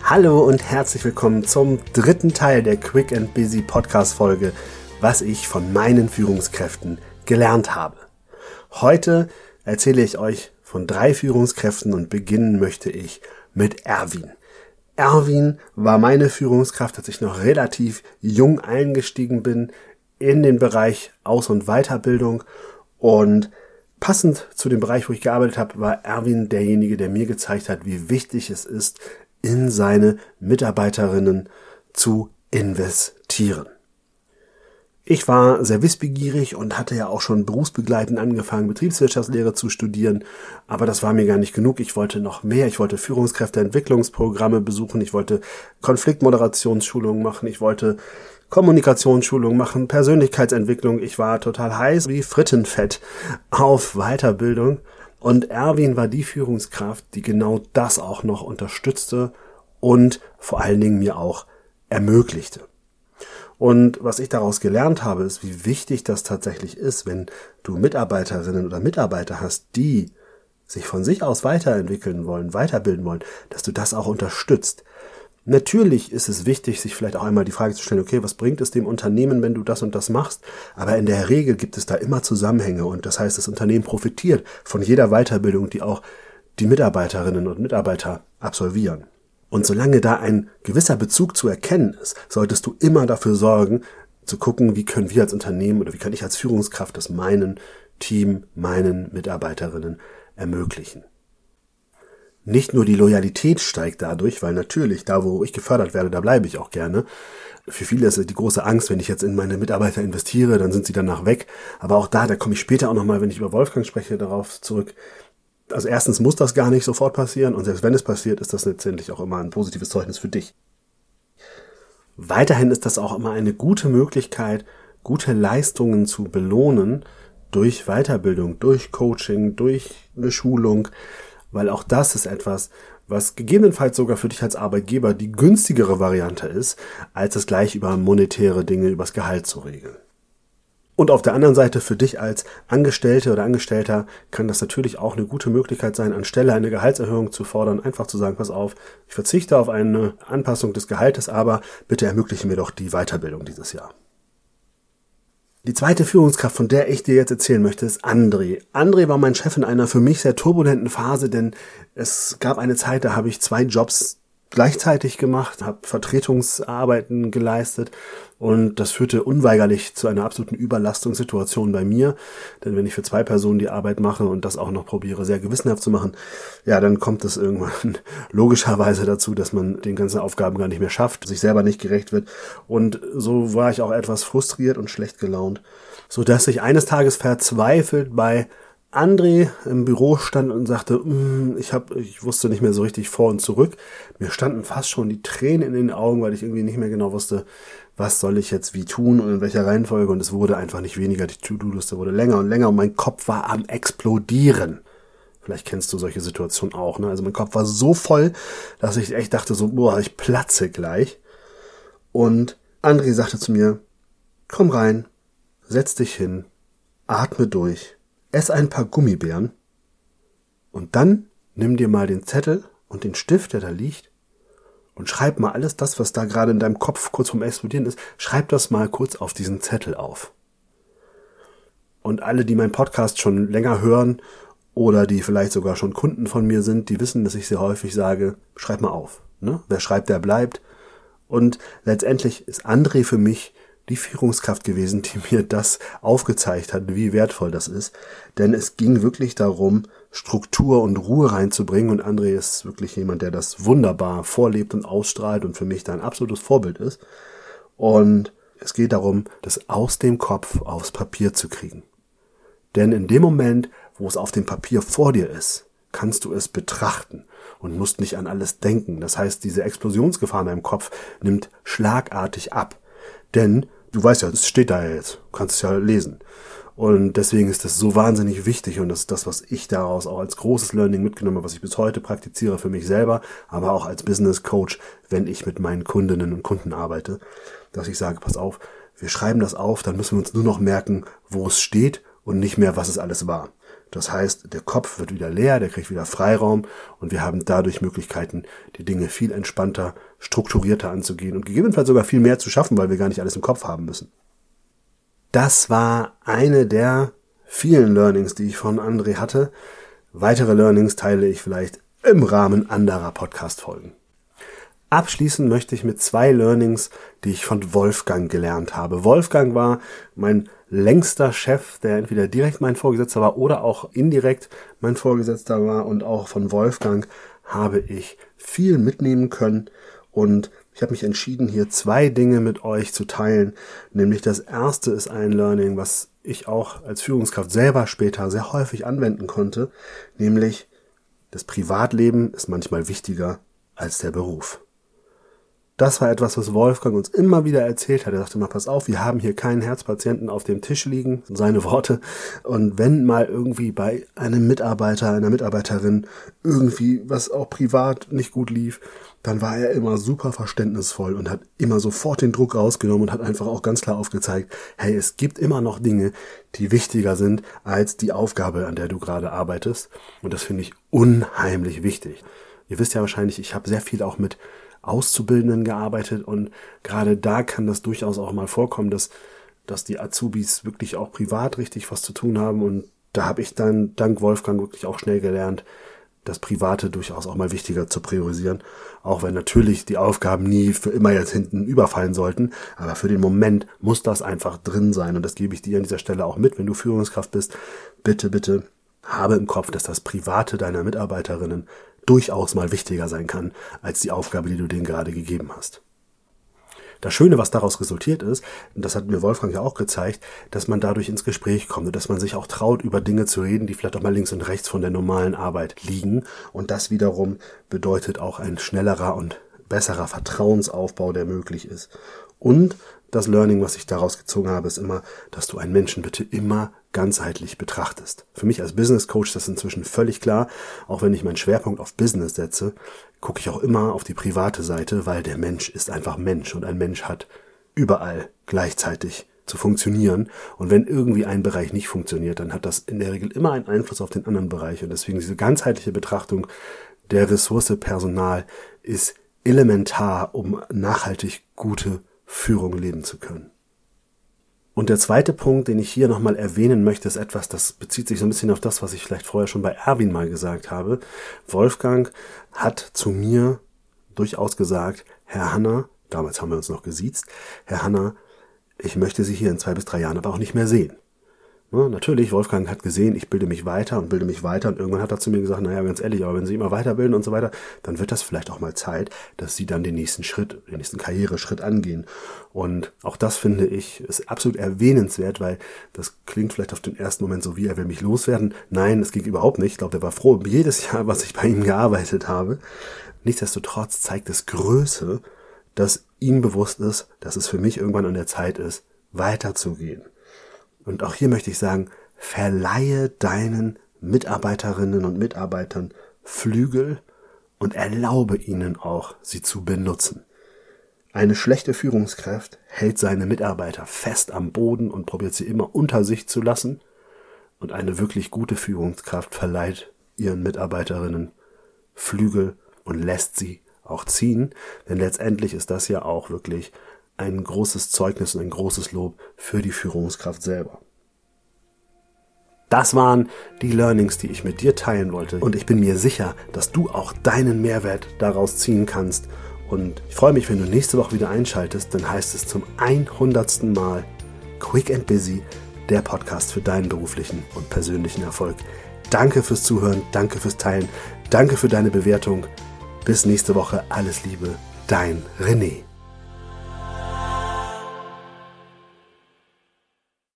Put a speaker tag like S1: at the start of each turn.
S1: Hallo und herzlich willkommen zum dritten Teil der Quick and Busy Podcast Folge, was ich von meinen Führungskräften gelernt habe. Heute erzähle ich euch von 3 Führungskräften und beginnen möchte ich mit Erwin. Erwin war meine Führungskraft, als ich noch relativ jung eingestiegen bin in den Bereich Aus- und Weiterbildung, und passend zu dem Bereich, wo ich gearbeitet habe, war Erwin derjenige, der mir gezeigt hat, wie wichtig es ist, in seine Mitarbeiterinnen zu investieren. Ich war sehr wissbegierig und hatte ja auch schon berufsbegleitend angefangen, Betriebswirtschaftslehre zu studieren, aber das war mir gar nicht genug. Ich wollte noch mehr. Ich wollte Führungskräfteentwicklungsprogramme besuchen, ich wollte Konfliktmoderationsschulungen machen, ich wollte Kommunikationsschulungen machen, Persönlichkeitsentwicklung. Ich war total heiß wie Frittenfett auf Weiterbildung. Und Erwin war die Führungskraft, die genau das auch noch unterstützte und vor allen Dingen mir auch ermöglichte. Und was ich daraus gelernt habe, ist, wie wichtig das tatsächlich ist, wenn du Mitarbeiterinnen oder Mitarbeiter hast, die sich von sich aus weiterentwickeln wollen, weiterbilden wollen, dass du das auch unterstützt. Natürlich ist es wichtig, sich vielleicht auch einmal die Frage zu stellen, okay, was bringt es dem Unternehmen, wenn du das und das machst? Aber in der Regel gibt es da immer Zusammenhänge, und das heißt, das Unternehmen profitiert von jeder Weiterbildung, die auch die Mitarbeiterinnen und Mitarbeiter absolvieren. Und solange da ein gewisser Bezug zu erkennen ist, solltest du immer dafür sorgen, zu gucken, wie können wir als Unternehmen oder wie kann ich als Führungskraft das meinem Team, meinen Mitarbeiterinnen ermöglichen. Nicht nur die Loyalität steigt dadurch, weil natürlich, da wo ich gefördert werde, da bleibe ich auch gerne. Für viele ist die große Angst, wenn ich jetzt in meine Mitarbeiter investiere, dann sind sie danach weg. Aber auch da komme ich später auch nochmal, wenn ich über Wolfgang spreche, darauf zurück. Also erstens muss das gar nicht sofort passieren, und selbst wenn es passiert, ist das letztendlich auch immer ein positives Zeugnis für dich. Weiterhin ist das auch immer eine gute Möglichkeit, gute Leistungen zu belohnen durch Weiterbildung, durch Coaching, durch eine Schulung. Weil auch das ist etwas, was gegebenenfalls sogar für dich als Arbeitgeber die günstigere Variante ist, als es gleich über monetäre Dinge, übers Gehalt zu regeln. Und auf der anderen Seite für dich als Angestellte oder Angestellter kann das natürlich auch eine gute Möglichkeit sein, anstelle eine Gehaltserhöhung zu fordern, einfach zu sagen, pass auf, ich verzichte auf eine Anpassung des Gehaltes, aber bitte ermögliche mir doch die Weiterbildung dieses Jahr. Die zweite Führungskraft, von der ich dir jetzt erzählen möchte, ist André. André war mein Chef in einer für mich sehr turbulenten Phase, denn es gab eine Zeit, da habe ich 2 Jobs gleichzeitig gemacht, habe Vertretungsarbeiten geleistet, und das führte unweigerlich zu einer absoluten Überlastungssituation bei mir. Denn wenn ich für 2 Personen die Arbeit mache und das auch noch probiere, sehr gewissenhaft zu machen, ja, dann kommt es irgendwann logischerweise dazu, dass man den ganzen Aufgaben gar nicht mehr schafft, sich selber nicht gerecht wird. Und so war ich auch etwas frustriert und schlecht gelaunt, sodass ich eines Tages verzweifelt bei André im Büro stand und sagte, ich wusste nicht mehr so richtig vor und zurück. Mir standen fast schon die Tränen in den Augen, weil ich irgendwie nicht mehr genau wusste, was soll ich jetzt wie tun und in welcher Reihenfolge. Und es wurde einfach nicht weniger, die To-Do-Liste wurde länger und länger und mein Kopf war am explodieren. Vielleicht kennst du solche Situationen auch, ne? Also mein Kopf war so voll, dass ich echt dachte so, ich platze gleich. Und André sagte zu mir, komm rein, setz dich hin, atme durch, ess ein paar Gummibären und dann nimm dir mal den Zettel und den Stift, der da liegt, und schreib mal alles das, was da gerade in deinem Kopf kurz vorm Explodieren ist, schreib das mal kurz auf diesen Zettel auf. Und alle, die meinen Podcast schon länger hören oder die vielleicht sogar schon Kunden von mir sind, die wissen, dass ich sehr häufig sage, schreib mal auf. Ne? Wer schreibt, der bleibt. Und letztendlich ist André für mich die Führungskraft gewesen, die mir das aufgezeigt hat, wie wertvoll das ist. Denn es ging wirklich darum, Struktur und Ruhe reinzubringen. Und André ist wirklich jemand, der das wunderbar vorlebt und ausstrahlt und für mich da ein absolutes Vorbild ist. Und es geht darum, das aus dem Kopf aufs Papier zu kriegen. Denn in dem Moment, wo es auf dem Papier vor dir ist, kannst du es betrachten und musst nicht an alles denken. Das heißt, diese Explosionsgefahr in deinem Kopf nimmt schlagartig ab. Denn du weißt ja, es steht da ja jetzt, du kannst es ja lesen. Und deswegen ist das so wahnsinnig wichtig, und das ist das, was ich daraus auch als großes Learning mitgenommen habe, was ich bis heute praktiziere für mich selber, aber auch als Business Coach, wenn ich mit meinen Kundinnen und Kunden arbeite, dass ich sage, pass auf, wir schreiben das auf, dann müssen wir uns nur noch merken, wo es steht und nicht mehr, was es alles war. Das heißt, der Kopf wird wieder leer, der kriegt wieder Freiraum und wir haben dadurch Möglichkeiten, die Dinge viel entspannter, strukturierter anzugehen und gegebenenfalls sogar viel mehr zu schaffen, weil wir gar nicht alles im Kopf haben müssen. Das war eine der vielen Learnings, die ich von André hatte. Weitere Learnings teile ich vielleicht im Rahmen anderer Podcast-Folgen. Abschließen möchte ich mit 2 Learnings, die ich von Wolfgang gelernt habe. Wolfgang war mein längster Chef, der entweder direkt mein Vorgesetzter war oder auch indirekt mein Vorgesetzter war. Und auch von Wolfgang habe ich viel mitnehmen können. Und ich habe mich entschieden, hier 2 Dinge mit euch zu teilen. Nämlich das erste ist ein Learning, was ich auch als Führungskraft selber später sehr häufig anwenden konnte. Nämlich, das Privatleben ist manchmal wichtiger als der Beruf. Das war etwas, was Wolfgang uns immer wieder erzählt hat. Er sagte mal, pass auf, wir haben hier keinen Herzpatienten auf dem Tisch liegen, seine Worte. Und wenn mal irgendwie bei einem Mitarbeiter, einer Mitarbeiterin irgendwie was auch privat nicht gut lief, dann war er immer super verständnisvoll und hat immer sofort den Druck rausgenommen und hat einfach auch ganz klar aufgezeigt, hey, es gibt immer noch Dinge, die wichtiger sind als die Aufgabe, an der du gerade arbeitest. Und das finde ich unheimlich wichtig. Ihr wisst ja wahrscheinlich, ich habe sehr viel auch mit Auszubildenden gearbeitet und gerade da kann das durchaus auch mal vorkommen, dass die Azubis wirklich auch privat richtig was zu tun haben und da habe ich dann dank Wolfgang wirklich auch schnell gelernt, das Private durchaus auch mal wichtiger zu priorisieren, auch wenn natürlich die Aufgaben nie für immer jetzt hinten überfallen sollten, aber für den Moment muss das einfach drin sein und das gebe ich dir an dieser Stelle auch mit, wenn du Führungskraft bist, bitte habe im Kopf, dass das Private deiner Mitarbeiterinnen durchaus mal wichtiger sein kann, als die Aufgabe, die du denen gerade gegeben hast. Das Schöne, was daraus resultiert ist, und das hat mir Wolfgang ja auch gezeigt, dass man dadurch ins Gespräch kommt und dass man sich auch traut, über Dinge zu reden, die vielleicht auch mal links und rechts von der normalen Arbeit liegen. Und das wiederum bedeutet auch ein schnellerer und besserer Vertrauensaufbau, der möglich ist. Und das Learning, was ich daraus gezogen habe, ist immer, dass du einen Menschen bitte immer ganzheitlich betrachtest. Für mich als Business Coach ist das inzwischen völlig klar. Auch wenn ich meinen Schwerpunkt auf Business setze, gucke ich auch immer auf die private Seite, weil der Mensch ist einfach Mensch und ein Mensch hat überall gleichzeitig zu funktionieren. Und wenn irgendwie ein Bereich nicht funktioniert, dann hat das in der Regel immer einen Einfluss auf den anderen Bereich. Und deswegen diese ganzheitliche Betrachtung der Ressource Personal ist elementar, um nachhaltig gute Führung leben zu können. Und der zweite Punkt, den ich hier nochmal erwähnen möchte, ist etwas, das bezieht sich so ein bisschen auf das, was ich vielleicht vorher schon bei Erwin mal gesagt habe. Wolfgang hat zu mir durchaus gesagt, Herr Hanna, damals haben wir uns noch gesiezt, Herr Hanna, ich möchte Sie hier in 2 bis 3 Jahren aber auch nicht mehr sehen. Ja, natürlich, Wolfgang hat gesehen, ich bilde mich weiter und irgendwann hat er zu mir gesagt, naja, ganz ehrlich, aber wenn Sie immer weiterbilden und so weiter, dann wird das vielleicht auch mal Zeit, dass Sie dann den nächsten Karriereschritt angehen. Und auch das finde ich ist absolut erwähnenswert, weil das klingt vielleicht auf den ersten Moment so wie, er will mich loswerden. Nein, es ging überhaupt nicht. Ich glaube, er war froh um jedes Jahr, was ich bei ihm gearbeitet habe. Nichtsdestotrotz zeigt es Größe, dass ihm bewusst ist, dass es für mich irgendwann an der Zeit ist, weiterzugehen. Und auch hier möchte ich sagen, verleihe deinen Mitarbeiterinnen und Mitarbeitern Flügel und erlaube ihnen auch, sie zu benutzen. Eine schlechte Führungskraft hält seine Mitarbeiter fest am Boden und probiert sie immer unter sich zu lassen. Und eine wirklich gute Führungskraft verleiht ihren Mitarbeiterinnen Flügel und lässt sie auch ziehen. Denn letztendlich ist das ja auch wirklich ein großes Zeugnis und ein großes Lob für die Führungskraft selber. Das waren die Learnings, die ich mit dir teilen wollte. Und ich bin mir sicher, dass du auch deinen Mehrwert daraus ziehen kannst. Und ich freue mich, wenn du nächste Woche wieder einschaltest. Dann heißt es zum 100. Mal Quick and Busy, der Podcast für deinen beruflichen und persönlichen Erfolg. Danke fürs Zuhören, danke fürs Teilen, danke für deine Bewertung. Bis nächste Woche, alles Liebe, dein René.